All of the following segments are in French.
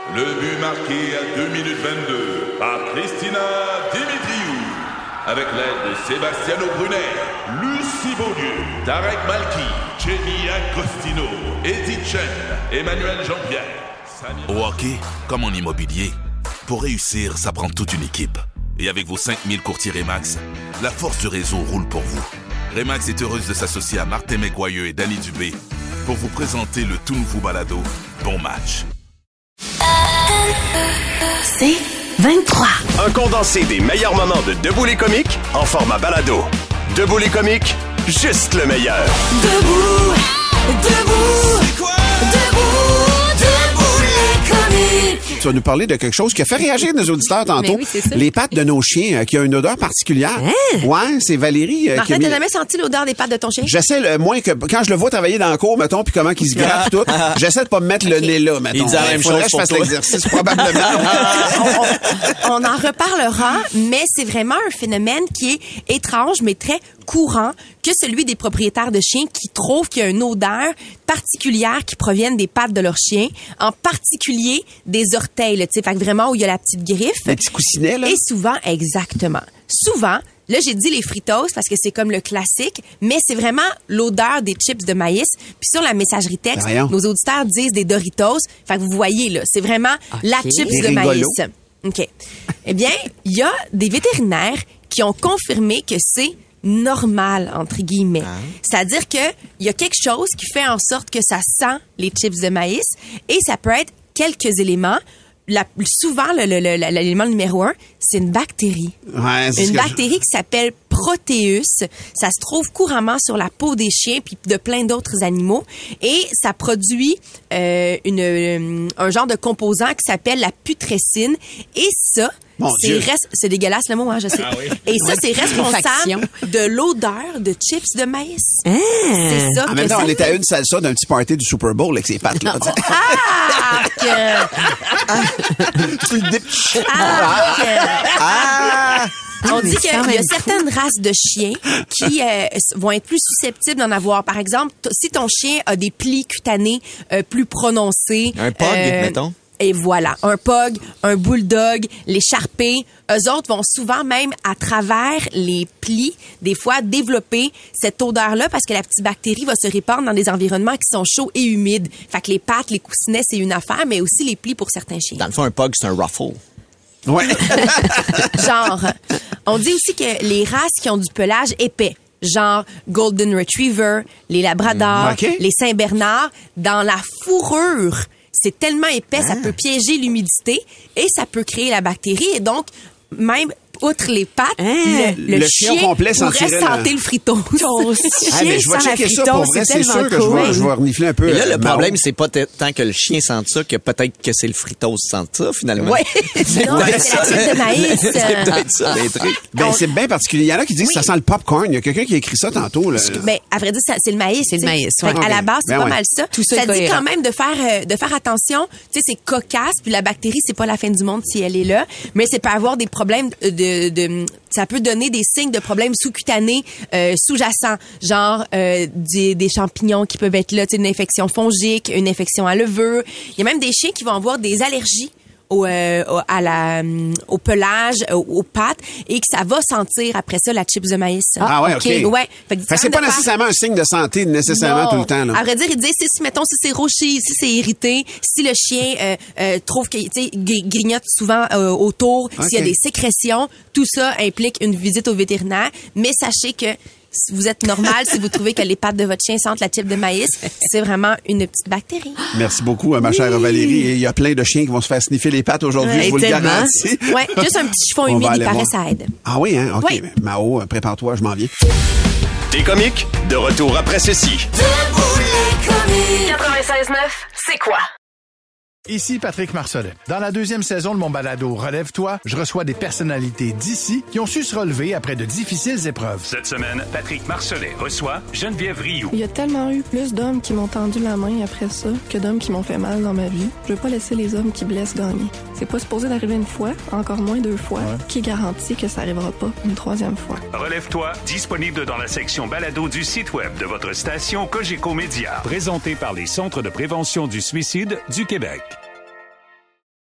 Le but marqué à 2 minutes 22 par Christina Dimitriou. Avec l'aide de Sebastiano Brunet, Lucie Beaulieu, Tarek Malki, Jenny Agostino, Edith Chen, Emmanuel Jean-Pierre. Au hockey, comme en immobilier, pour réussir, ça prend toute une équipe. Et avec vos 5000 courtiers Remax, la force du réseau roule pour vous. Remax est heureuse de s'associer à Martin McGuire et Danny Dubé pour vous présenter le tout nouveau balado Bon Match. C'est 23. Un condensé des meilleurs moments de Debout les comiques en format balado. Debout les comiques, juste le meilleur. Debout, debout, c'est quoi? Debout, debout les comiques. Tu vas nous parler de quelque chose qui a fait réagir nos auditeurs tantôt. Oui, c'est ça. Les pattes de nos chiens qui ont une odeur particulière. Hein? Ouais, c'est Valérie qui a Martin, mis... t'as jamais senti l'odeur des pattes de ton chien? J'essaie, moins que quand je le vois travailler dans la cour, mettons, puis comment qu'il se gratte tout, j'essaie de pas me mettre le nez là, mettons. Il dit la même Faudrait chose que je fasse pour toi. l'exercice, probablement. On en reparlera, mais c'est vraiment un phénomène qui est étrange, mais très courant, que celui des propriétaires de chiens qui trouvent qu'il y a une odeur particulière qui provient des pattes de leur chien, en particulier des orteils, là, tu sais, fait que vraiment où il y a la petite griffe. Les petits coussinets, là. Et souvent, exactement. Souvent, là, j'ai dit les Fritos parce que c'est comme le classique, mais c'est vraiment l'odeur des chips de maïs. Puis sur la messagerie texte, Voyons. nos auditeurs disent des Doritos. Fait que vous voyez, là, c'est vraiment la chips C'est de rigolo. maïs. OK. Eh bien, il y a des vétérinaires qui ont confirmé que c'est normal, entre guillemets. C'est-à-dire que il y a quelque chose qui fait en sorte que ça sent les chips de maïs et ça peut être quelques éléments. Souvent, l'élément numéro 1, c'est une bactérie. Ouais, c'est ce Une que bactérie qui s'appelle Proteus. Ça se trouve couramment sur la peau des chiens puis de plein d'autres animaux. Et ça produit un genre de composant qui s'appelle la putrescine. Et ça, Mon Dieu. c'est dégueulasse le mot, hein, je sais. Et ça, c'est responsable de l'odeur de chips de maïs. C'est ça En que même temps, ça on était à fait. une salsa d'un petit party du Super Bowl avec ses pattes, là. On dit qu'il y a certaines races de chiens qui vont être plus susceptibles d'en avoir. Par exemple, si ton chien a des plis cutanés plus prononcés. Un pug, mettons. Et voilà, un pug, un bulldog, les charpés, eux autres vont souvent même à travers les plis, des fois développer cette odeur-là parce que la petite bactérie va se répandre dans des environnements qui sont chauds et humides. Fait que les pattes, les coussinets, c'est une affaire, mais aussi les plis pour certains chiens. Dans le fond, un pug, c'est un ruffle. Ouais. Genre, on dit aussi que les races qui ont du pelage épais, genre Golden Retriever, les Labradors, OK. les Saint-Bernard, dans la fourrure, c'est tellement épais, ça peut piéger l'humidité et ça peut créer la bactérie. Et donc, même outre les pattes, le chien chien complet pourrait sentirait sentir le fritos. Ah, mais je vais checker ça pour vrai, c'est sûr que je vais renifler un peu. Et là, le Mao. problème, c'est pas tant que le chien sente ça, que peut-être que c'est le fritos qui sent ça, finalement. Ouais. Non, mais c'est la chips de maïs. C'est peut-être ça, les trucs. Ben, c'est bien particulier. Il y en a qui disent que ça sent le popcorn. Il y a quelqu'un qui a écrit ça tantôt, là. Ben, à vrai dire, c'est le maïs. C'est le tu sais. maïs, Fait ouais. qu'à la base, c'est Ben pas ouais. mal ça. Tout ça est Ça dit cohérent. quand même de faire attention. Tu sais, c'est cocasse, puis la bactérie, c'est pas la fin du monde si elle est là. Mais ça peut avoir des problèmes ça peut donner des signes de problèmes sous-cutanés sous-jacents, genre des champignons qui peuvent être là, tu sais, une infection fongique, une infection à levure. Il y a même des chiens qui vont avoir des allergies au pelage, aux pattes, et que ça va sentir après ça la chips de maïs. Ah ouais, OK. Ouais. Fait que c'est pas nécessairement un signe de santé, nécessairement, non. tout le temps, là. À vrai dire, il disait, mettons, si c'est roché, si c'est irrité, si le chien trouve que, tu sais, grignote souvent autour, s'il y a des sécrétions, tout ça implique une visite au vétérinaire. Mais sachez que si vous êtes normal, si vous trouvez que les pattes de votre chien sentent la chips de maïs, c'est vraiment une petite bactérie. Merci beaucoup, ma chère Valérie. Et il y a plein de chiens qui vont se faire sniffer les pattes aujourd'hui, Ouais, je vous le tellement. garantis. Ouais, juste un petit chiffon On va humide, il aller paraît, voir. ça aide. Ah oui, hein? OK. Oui. Mao, prépare-toi, je m'en viens. Des comiques, de retour après ceci. 96.9, c'est quoi? Ici Patrick Marcelet. Dans la deuxième saison de mon balado Relève-toi, je reçois des personnalités d'ici qui ont su se relever après de difficiles épreuves. Cette semaine, Patrick Marcelet reçoit Geneviève Rioux. Il y a tellement eu plus d'hommes qui m'ont tendu la main après ça que d'hommes qui m'ont fait mal dans ma vie. Je veux pas laisser les hommes qui blessent gagner. C'est pas supposé d'arriver une fois, encore moins deux fois. Qui garantit que ça arrivera pas une troisième fois? Relève-toi, disponible dans la section balado du site web de votre station Cogeco Média. Présenté par les Centres de prévention du suicide du Québec.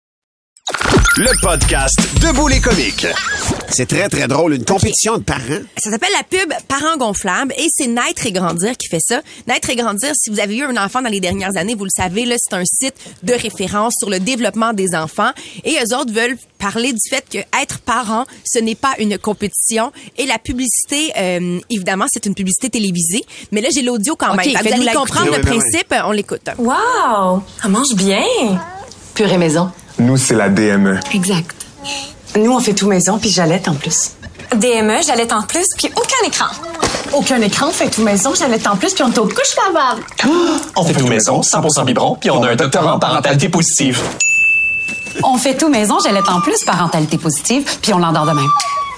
Le podcast Debout les comiques. C'est très, très drôle. Une compétition de parents. Ça s'appelle la pub Parents gonflables et c'est Naître et Grandir qui fait ça. Naître et Grandir, si vous avez eu un enfant dans les dernières années, vous le savez, là, c'est un site de référence sur le développement des enfants et eux autres veulent parler du fait que être parent, ce n'est pas une compétition et la publicité, évidemment, c'est une publicité télévisée, mais là, j'ai l'audio quand même. Vous allez comprendre le principe, on l'écoute. Wow! Ça mange bien! Purée maison. Nous, c'est la DME. Exact. Nous, on fait tout maison, puis j'allaite en plus. DME, j'allaite en plus, puis aucun écran. Aucun écran, on fait tout maison, j'allaite en plus, puis on est aux couches lavables. On fait tout maison, 100% biberon, puis on a un doctorat en parentalité positive. On fait tout maison, j'allaite en plus, parentalité positive, puis on l'endort de même.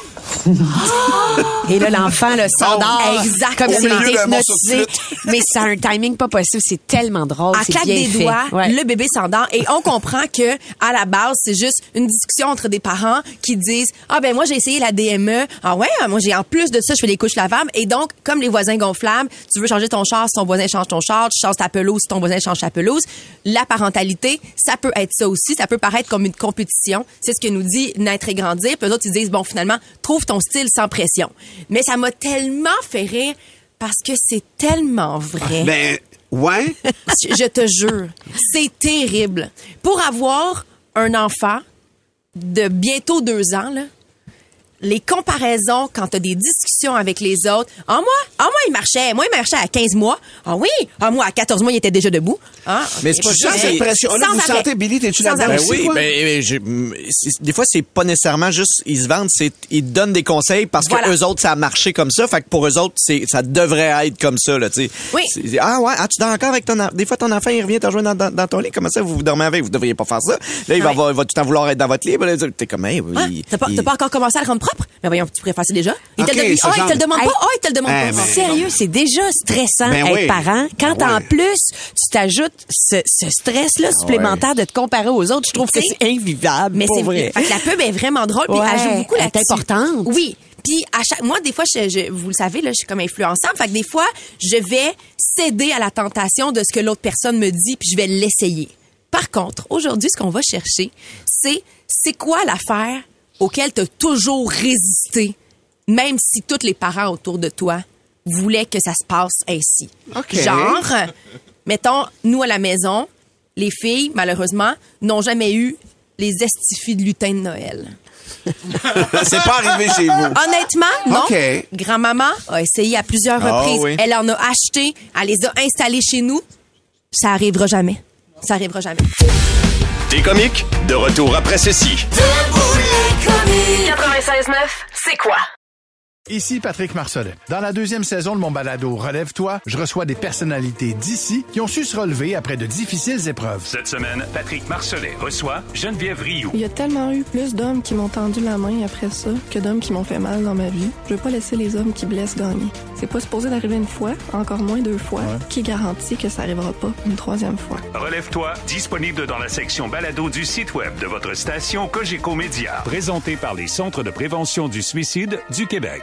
Et là, l'enfant là, s'endort. Exact. Comme s'il était d'un morceau de hypnotisé. Mais ça a un timing pas possible. C'est tellement drôle. À C'est claque bien des fait. doigts, Ouais. le bébé s'endort et on comprend que à la base c'est juste une discussion entre des parents qui disent moi j'ai essayé la DME, moi j'ai en plus de ça je fais les couches lavables et donc comme les voisins gonflables, tu veux changer ton char si ton voisin change ton char, tu changes ta pelouse si ton voisin change ta pelouse. La parentalité, ça peut être ça aussi, ça peut paraître comme une compétition. C'est ce que nous dit Naître et Grandir. Puis eux autres ils disent finalement trouve ton style sans pression. Mais ça m'a tellement fait rire parce que c'est tellement vrai. Ben, ouais. Je te jure, c'est terrible. Pour avoir un enfant de bientôt 2 ans, là, les comparaisons quand t'as des discussions avec les autres. Moi, il marchait. Moi, il marchait à 15 mois. Moi, à 14 mois, il était déjà debout. Mais c'est pas Sans juste... cette pression. Là, vous sentez, Billy, t'es-tu là-dedans Ben aussi, oui, quoi? des fois, c'est pas nécessairement juste ils se vendent, ils donnent des conseils parce que eux autres, ça a marché comme ça. Fait que pour eux autres, ça devrait être comme ça, là, tu sais. Oui. Tu dors encore avec ton enfant. Des fois, ton enfant, il revient te rejoindre dans ton lit. Comment ça, vous dormez avec? Vous devriez pas faire ça. Là, il va tout le temps vouloir être dans votre lit. T'es comme, oui. T'as pas encore commencé à le rendre propre? Mais voyons, tu pourrais faire ça déjà. Il te le demande pas. Il te le demande pas. Sérieux, c'est déjà stressant être parent. Quand en plus, tu t'ajoutes ce stress-là supplémentaire de te comparer aux autres, je trouve que c'est invivable. Mais c'est vrai. Fait que la pub est vraiment drôle. Puis elle joue beaucoup là-dessus. Elle est importante. Oui. Puis moi, des fois, vous le savez, là, je suis comme influençable. Fait que des fois, je vais céder à la tentation de ce que l'autre personne me dit, puis je vais l'essayer. Par contre, aujourd'hui, ce qu'on va chercher, c'est quoi l'affaire auquel tu as toujours résisté, même si tous les parents autour de toi voulaient que ça se passe ainsi. Okay. Genre, mettons, nous à la maison, les filles, malheureusement, n'ont jamais eu les estifis de lutin de Noël. C'est pas arrivé chez vous. Honnêtement, non. OK. Grand-maman a essayé à plusieurs reprises. Oui. Elle en a acheté, elle les a installés chez nous. Ça arrivera jamais. Ça arrivera jamais. Des comiques, de retour après ceci. 96.9, c'est quoi? Ici Patrick Marcelet. Dans la 2e saison de mon balado Relève-toi, je reçois des personnalités d'ici qui ont su se relever après de difficiles épreuves. Cette semaine, Patrick Marcelet reçoit Geneviève Rioux. Il y a tellement eu plus d'hommes qui m'ont tendu la main après ça que d'hommes qui m'ont fait mal dans ma vie. Je veux pas laisser les hommes qui blessent gagner. C'est pas supposé d'arriver une fois, encore moins 2 fois. Qui garantit que ça arrivera pas une 3e fois? Relève-toi, disponible dans la section balado du site web de votre station Cogeco Média. Présenté par les Centres de prévention du suicide du Québec.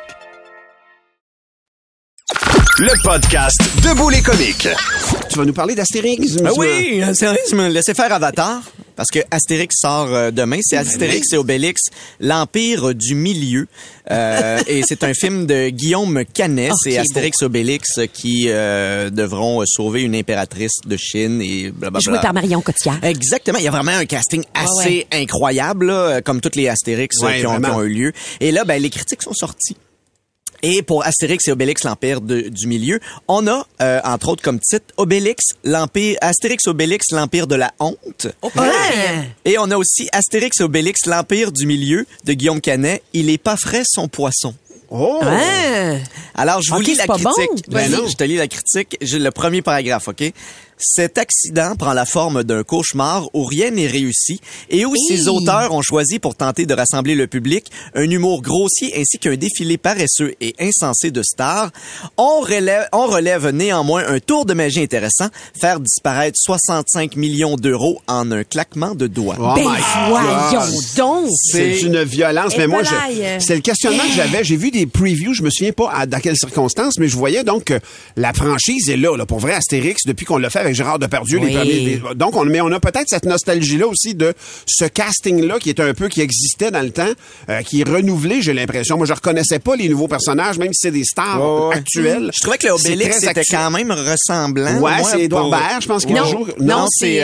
Le podcast Debout les comiques. Tu vas nous parler d'Astérix. Oui, sérieux, tu me laissais faire Avatar. Parce que Astérix sort demain. C'est Astérix et Obélix, l'Empire du Milieu. Et c'est un film de Guillaume Canet. C'est Astérix et Obélix qui devront sauver une impératrice de Chine et blablabla. Joué par Marion Cotillard. Exactement. Il y a vraiment un casting assez incroyable, là, comme toutes les Astérix qui ont eu lieu. Et là, les critiques sont sorties. Et pour Astérix et Obélix, l'Empire du Milieu, on a, entre autres comme titre, Astérix Obélix, l'Empire de la honte. Et on a aussi Astérix et Obélix, l'Empire du Milieu de Guillaume Canet. Il est pas frais son poisson. Oh! Alors, je vous lis la critique. Bon. Je te lis la critique. J'ai le premier paragraphe, OK? Cet accident prend la forme d'un cauchemar où rien n'est réussi et où ses auteurs ont choisi pour tenter de rassembler le public un humour grossier ainsi qu'un défilé paresseux et insensé de stars. On relève néanmoins un tour de magie intéressant, faire disparaître 65 millions d'euros en un claquement de doigts. Oh voyons donc! C'est une violence. Mais moi, c'est le questionnement que j'avais. J'ai vu des previews, je me souviens pas dans quelles circonstances, mais je voyais donc que la franchise est là pour vrai, Astérix, depuis qu'on l'a fait avec Gérard Depardieu. Oui. Donc, on a peut-être cette nostalgie-là aussi de ce casting-là qui existait dans le temps, qui est renouvelé, j'ai l'impression. Moi, je reconnaissais pas les nouveaux personnages, même si c'est des stars actuelles. Je trouvais que le Obélix était quand même ressemblant. Ouais, c'est Édouard Baird, je pense qu'il joue. Non, c'est...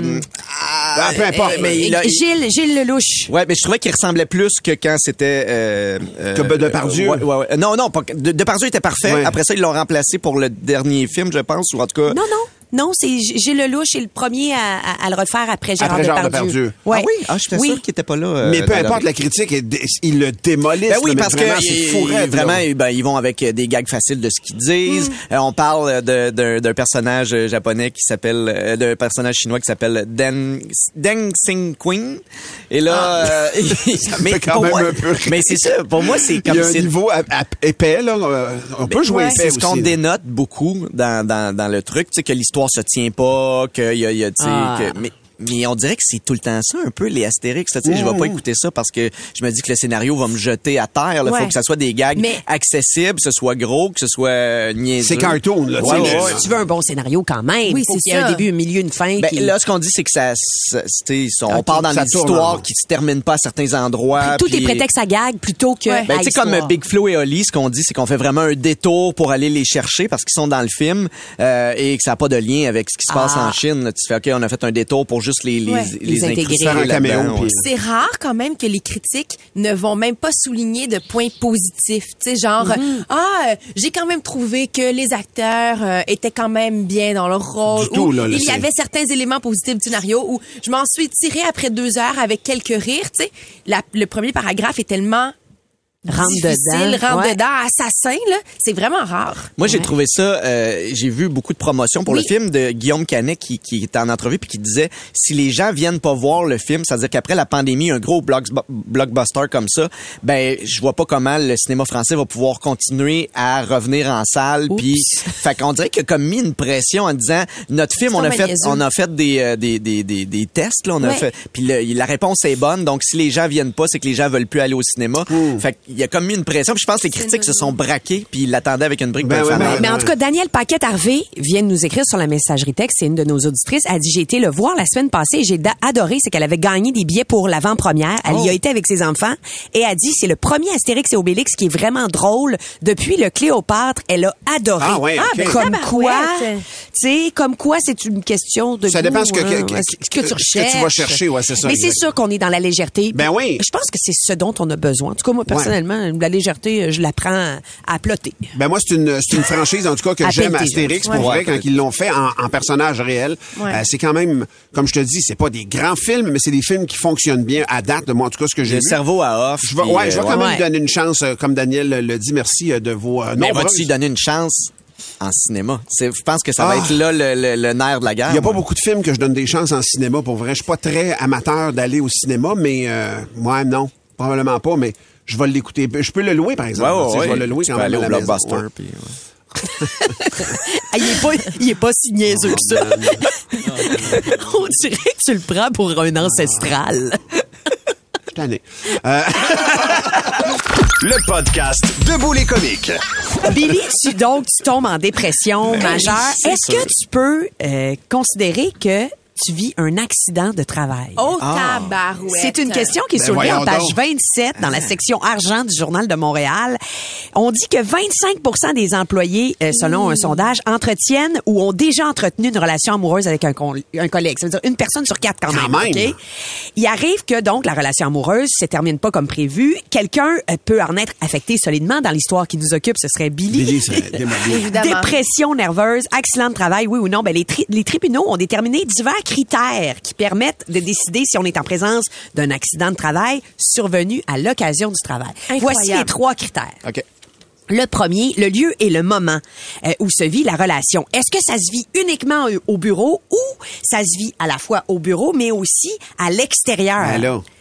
peu importe. Gilles Lelouch. Ouais, mais je trouvais qu'il ressemblait plus que quand c'était... que Depardieu. Ouais. Non, Depardieu était parfait. Ouais. Après ça, ils l'ont remplacé pour le dernier film, je pense, ou en tout cas... Non, c'est Gilles Lelouch est le premier à le refaire après Gérard Depardieu. Ouais. Ah oui? Ah, j'étais sûr qu'il était pas là. Mais peu importe la critique, ils le démolissent. Ben oui, parce que vraiment, ils vont avec des gags faciles de ce qu'ils disent. On parle d'un personnage japonais qui s'appelle, d'un personnage chinois qui s'appelle Deng Xingqing. Et là, mais quand même un peu. Mais c'est ça. Pour moi, c'est comme il y a un niveau épais là. On peut jouer épais aussi. C'est ce qu'on dénote beaucoup dans le truc, tu sais, que l'histoire se tient pas, qu'il y a, tu sais, mais on dirait que c'est tout le temps ça, un peu, les Astérix. Tu sais, je vais pas écouter ça parce que je me dis que le scénario va me jeter à terre. Il faut que ça soit des gags accessibles, que ce soit gros, que ce soit niaiseux. C'est cartoon, là. Si tu veux un bon scénario quand même, il faut qu'il y ait un début, un milieu, une fin. Là, ce qu'on dit, c'est que on part dans des histoires qui se terminent pas à certains endroits. Tout est prétexte à gag plutôt que à tu sais, comme Big Flo et Oli, ce qu'on dit, c'est qu'on fait vraiment un détour pour aller les chercher parce qu'ils sont dans le film et que ça n'a pas de lien avec ce qui se passe en Chine. Là. Tu fais, OK, on a fait un détour pour juste les intégrer. C'est rare quand même que les critiques ne vont même pas souligner de points positifs. Tu sais, genre, j'ai quand même trouvé que les acteurs étaient quand même bien dans leur rôle. Il y avait certains éléments positifs du scénario où je m'en suis tirée après 2 heures avec quelques rires. Tu sais, le premier paragraphe est tellement... rentre dedans, assassin, là. C'est vraiment rare. Moi, j'ai trouvé ça, j'ai vu beaucoup de promotions pour le film de Guillaume Canet qui était en entrevue puis qui disait, si les gens viennent pas voir le film, c'est-à-dire qu'après la pandémie, un gros blockbuster comme ça, ben, je vois pas comment le cinéma français va pouvoir continuer à revenir en salle. Puis, fait qu'on dirait qu'il a comme mis une pression en disant, notre film, on a fait des tests, là, puis la réponse est bonne. Donc, si les gens viennent pas, c'est que les gens veulent plus aller au cinéma. Fait il a comme mis une pression. Puis je pense que les critiques se sont braqués puis ils l'attendaient avec une brique de fanal. Mais en tout cas, Daniel Paquette-Harvey vient de nous écrire sur la messagerie texte. C'est une de nos auditrices. Elle dit, j'ai été le voir la semaine passée et j'ai adoré. C'est qu'elle avait gagné des billets pour l'avant-première. Elle y a été avec ses enfants et elle dit, c'est le premier Astérix et Obélix qui est vraiment drôle. Depuis le Cléopâtre, elle a adoré. Comme quoi, tu sais, c'est une question de ça dépend goût, ce que tu recherches. Que tu vas chercher, c'est ça. Mais c'est sûr qu'on est dans la légèreté. Ben oui. Je pense que c'est ce dont on a besoin. En tout cas, moi, personnellement, la légèreté, je la prends à plotter. Ben moi, c'est une franchise, en tout cas, que j'aime, Astérix, pour vrai, quand ils l'ont fait en personnage réel. C'est quand même, comme je te dis, c'est pas des grands films, mais c'est des films qui fonctionnent bien à date, de moi, en tout cas, ce que j'ai vu. Le cerveau à off. Je vais quand même lui donner une chance, comme Daniel le dit. Merci de vos mais vas-tu lui donner une chance en cinéma? Je pense que ça va être là le nerf de la guerre. Il n'y a pas beaucoup de films que je donne des chances en cinéma, pour vrai. Je suis pas très amateur d'aller au cinéma, mais moi, non. Probablement pas, mais je vais l'écouter. Je peux le louer, par exemple. Je vais le louer quand même à la Blockbuster. Il est pas si niaiseux que ça. On dirait que tu le prends pour un ancestral. Je t'en ai. Le podcast Debout les comiques. Billy, tu tombes en dépression majeure. Est-ce que tu peux considérer que tu vis un accident de travail? Tabarouette. C'est une question qui est soulevée en page 27 dans la section argent du Journal de Montréal. On dit que 25% des employés, selon un sondage, entretiennent ou ont déjà entretenu une relation amoureuse avec un collègue. Ça veut dire une personne sur 4 quand même. Okay? Il arrive que donc la relation amoureuse se termine pas comme prévu. Quelqu'un peut en être affecté solidement. Dans l'histoire qui nous occupe, ce serait Billy. Billy serait démoli. Dépression nerveuse, accident de travail, oui ou non. Ben les tribunaux ont déterminé divers critères qui permettent de décider si on est en présence d'un accident de travail survenu à l'occasion du travail. Incroyable. Voici les 3 critères. OK. Le premier, le lieu et le moment où se vit la relation. Est-ce que ça se vit uniquement au bureau ou ça se vit à la fois au bureau, mais aussi à l'extérieur? Ben là.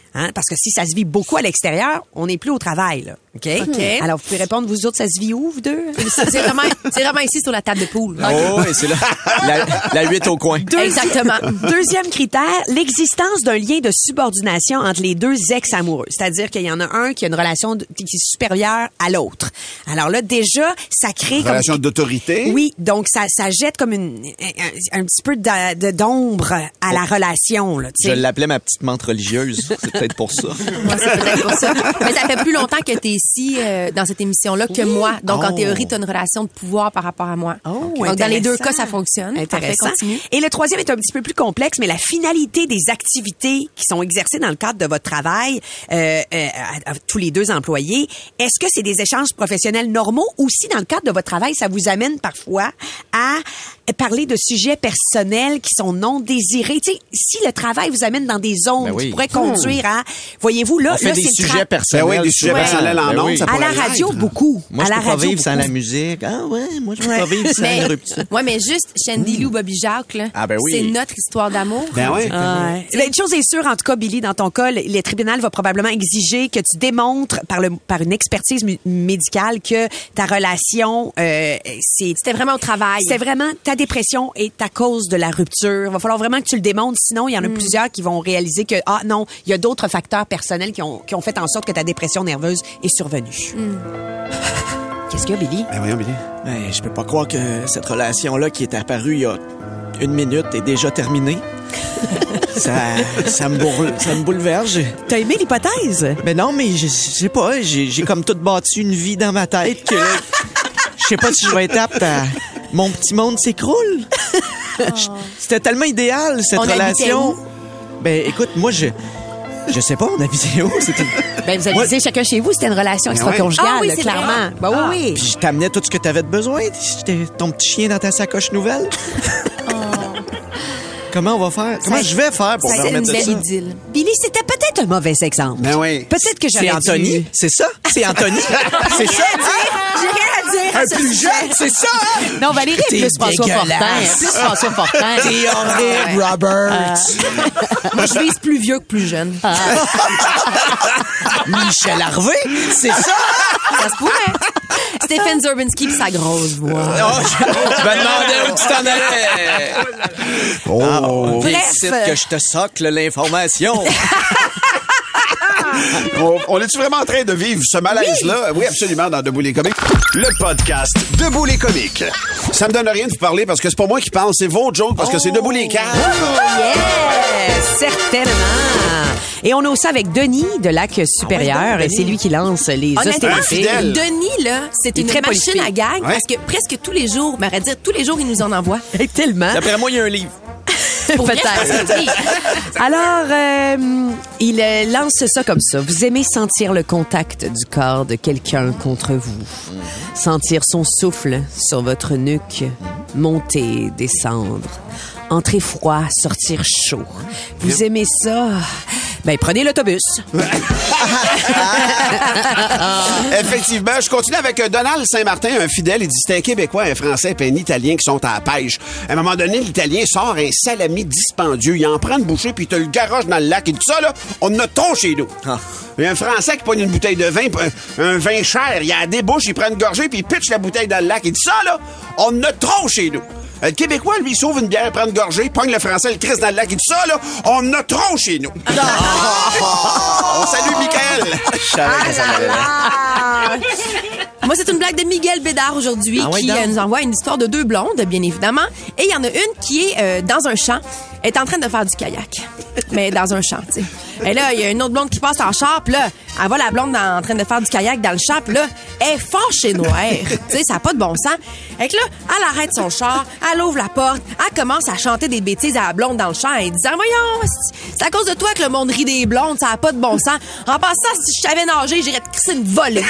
Hein? Parce que si ça se vit beaucoup à l'extérieur, on n'est plus au travail, là. OK? Alors, vous pouvez répondre, vous autres, ça se vit où, vous deux? C'est vraiment ici sur la table de poule. Oh, et c'est là. La 8 au coin. Exactement. Deuxième critère, l'existence d'un lien de subordination entre les deux ex-amoureux. C'est-à-dire qu'il y en a un qui a une relation qui est supérieure à l'autre. Alors là, déjà, ça crée comme... Relation d'autorité? Oui, donc ça jette comme un petit peu d'ombre à la relation, là, tu sais. Je l'appelais ma petite menthe religieuse. C'est peut-être pour ça. Ouais, c'est peut-être pour ça. Mais ça fait plus longtemps que tu es ici dans cette émission-là que moi. Donc, en théorie, tu as une relation de pouvoir par rapport à moi. Donc, dans les deux cas, ça fonctionne. Intéressant. Parfait, continue. Et le troisième est un petit peu plus complexe, mais la finalité des activités qui sont exercées dans le cadre de votre travail, à tous les deux employés, est-ce que c'est des échanges professionnels normaux ou si dans le cadre de votre travail, ça vous amène parfois à parler de sujets personnels qui sont non désirés? Tu sais, si le travail vous amène dans des zones qui pourraient conduire à... Voyez-vous, là, on fait des sujets personnels. Ben oui, des sujets personnels en ondes, ça pourrait à la radio, beaucoup. Moi, je peux pas vivre sans la musique. Ah ouais, moi, je peux pas vivre sans une rupture. Ouais, mais juste Shandy Lou, Bobby Jacques, là, c'est notre histoire d'amour. Ben oui. Une chose est sûre, en tout cas, Billy, dans ton cas, le tribunal va probablement exiger que tu démontres par une expertise médicale que ta relation, c'était vraiment au travail. C'était vraiment ta dépression est à cause de la rupture. Il va falloir vraiment que tu le démontres, sinon il y en a plusieurs qui vont réaliser que non, il y a d'autres facteurs personnels qui ont fait en sorte que ta dépression nerveuse est survenue. Qu'est-ce qu'il y a, Billy? Ben voyons, Billy. Ben, je peux pas croire que cette relation-là qui est apparue il y a 1 minute est déjà terminée. ça me bouleverse. T'as aimé l'hypothèse? Ben non, mais je sais pas, j'ai comme tout bâti une vie dans ma tête que je sais pas si je vais être apte à... Mon petit monde s'écroule. C'était tellement idéal, cette relation. Ben, écoute, moi, je sais pas, on habitait où? Ben, vous habitiez chacun chez vous, c'était une relation extra-conjugale, clairement. Ben oui. Puis je t'amenais tout ce que t'avais de besoin. J'étais ton petit chien dans ta sacoche nouvelle. Comment on va faire? Comment je vais faire pour permettre de ça? C'est une belle idylle. Billy, c'était peut-être un mauvais exemple. Ben oui. Peut-être que j'aurais C'est Anthony, c'est ça? C'est Anthony? C'est ça? J'ai rien à dire. Un plus jeune, c'est ça? Non, Valérie est plus François Fortin. Plus François Fortin. T'es horrible, Robert. Moi, je vise plus vieux que plus jeune. Michel Harvey, c'est ça? Ça se pourrait. Stephen Zurbinski pis sa grosse voix. Je me demandais où tu t'en allais. Bref. Que je te socle l'information. On est-tu vraiment en train de vivre ce malaise-là? Oui, absolument, dans Debout les comiques. Le podcast Debout les comiques. Ça me donne rien de vous parler parce que c'est pas moi qui pense, c'est vos jokes parce que c'est Debout les caves. Certainement. Et on a aussi avec Denis de Lac-Supérieur. C'est lui qui lance les hostilités. Denis, là, c'est une très machine à gag parce que presque tous les jours, on va dire tous les jours, il nous en envoie. Tellement. D'après moi, il y a un livre. Peut-être. Alors, il lance ça comme ça. Vous aimez sentir le contact du corps de quelqu'un contre vous. Sentir son souffle sur votre nuque. Monter, descendre. Entrer froid, sortir chaud. Vous aimez ça? Ben, prenez l'autobus. Effectivement, je continue avec Donald Saint-Martin, un fidèle. Il dit, c'est un Québécois, un Français et un Italien qui sont à la pêche. À un moment donné, l'Italien sort un salami dispendieux. Il en prend une bouchée, puis il te le garoche dans le lac. Il dit, ça, là, on en a trop chez nous. Il y a un Français qui pogne une bouteille de vin, un vin cher. Il a des bouches, il prend une gorgée, puis il pitche la bouteille dans le lac. Il dit, ça, là, on en a trop chez nous. Le Québécois, lui, il sauve une bière, prend une gorgée, pogne le Français, le crisse dans le lac. Il dit, ça, là, on en a trop chez nous. On salue Michael. Moi, c'est une blague de Miguel Bédard aujourd'hui qui nous envoie une histoire de 2 blondes, bien évidemment. Et il y en a une qui est dans un champ. Elle est en train de faire du kayak. Mais dans un champ, tu sais. Et là, il y a une autre blonde qui passe en char, puis là, elle voit la blonde en train de faire du kayak dans le champ, puis là, elle est fâchée noire. Tu sais, ça n'a pas de bon sens. Et que là, elle arrête son char, elle ouvre la porte, elle commence à chanter des bêtises à la blonde dans le champ et disant, voyons, c'est à cause de toi que le monde rit des blondes, ça n'a pas de bon sens. En passant, si je savais nager, j'irais te crisser une volée.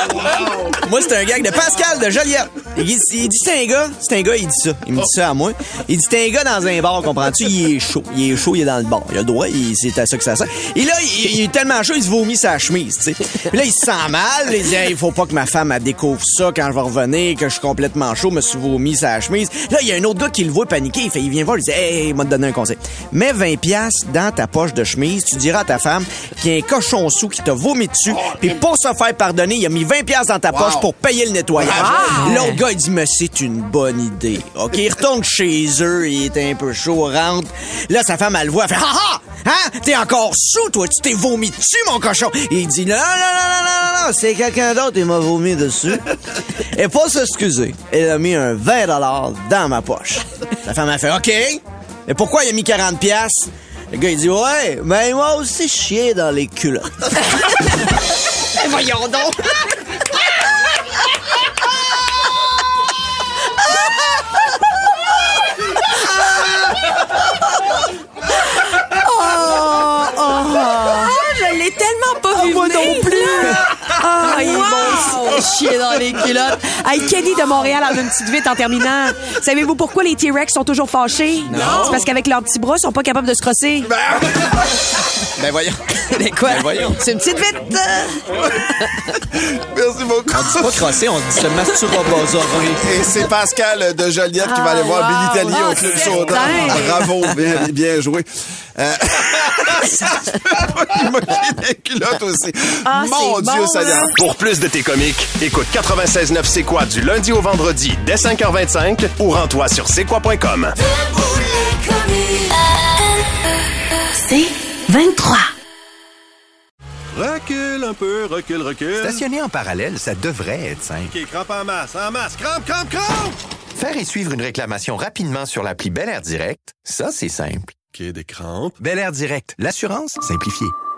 Moi, c'est un gag de Pascal de Joliette. Il dit, c'est un gars, il dit ça. Il me dit ça à moi. Il dit, c'est un gars dans un bar, comprends-tu? Il est chaud, il est dans le bar. Il a le droit, c'est à ça que ça sert. Et là, il est tellement chaud, il se vomit sa chemise, tu sais. Puis là, il se sent mal. Il dit, il faut pas que ma femme, elle découvre ça quand je vais revenir, que je suis complètement chaud, me suis vomi sa chemise. Là, il y a un autre gars qui le voit paniquer. Il vient voir, il dit, hey, il m'a donné un conseil. Mets 20$ dans ta poche de chemise. Tu diras à ta femme qu'il y a un cochon sous qui t'a vomi dessus. Puis pour se faire pardonner, il a mis 20$ dans ta poche pour payer le nettoyage. L'autre gars, il dit, mais c'est une bonne idée. OK, il retourne chez eux, il est un peu chaud, rentre. Là, sa femme, elle le voit, elle fait, ha ha! Hein? T'es encore sous, toi, tu t'es vomi dessus, mon cochon! Et il dit, non, c'est quelqu'un d'autre, il m'a vomi dessus. Et pour s'excuser, elle a mis un 20$ dans ma poche. Sa femme a fait, OK. Et pourquoi il a mis 40$? Le gars, il dit, ouais, mais il m'a aussi chié dans les culottes. Voyons donc! Je l'ai tellement pas vu. Moi non plus. Il est bon, chier dans les culottes. Hey, Kenny de Montréal en une petite vite en terminant. Savez-vous pourquoi les T-Rex sont toujours fâchés? Non. C'est parce qu'avec leurs petits bras, ils sont pas capables de se crosser. Ben voyons. Mais quoi? Ben voyons. C'est une petite vite. Merci beaucoup. On dit pas crosser, on dit se masturbosauré. Et c'est Pascal de Joliette qui va aller voir Billy Tellier au Club Soda. Bravo, bien joué. Il m'a mis des culottes aussi. Mon Dieu, Seigneur. Pour plus de tes comiques, écoute 96.9 C'est quoi du lundi au vendredi dès 5h25 ou rends-toi sur c'est quoi.com. C'est 23. Recule un peu, recule. Stationner en parallèle, ça devrait être simple. OK, crampe en masse, crampe! Faire et suivre une réclamation rapidement sur l'appli Bel Air Direct, ça, c'est simple. OK, des crampes. Bel Air Direct, l'assurance simplifiée.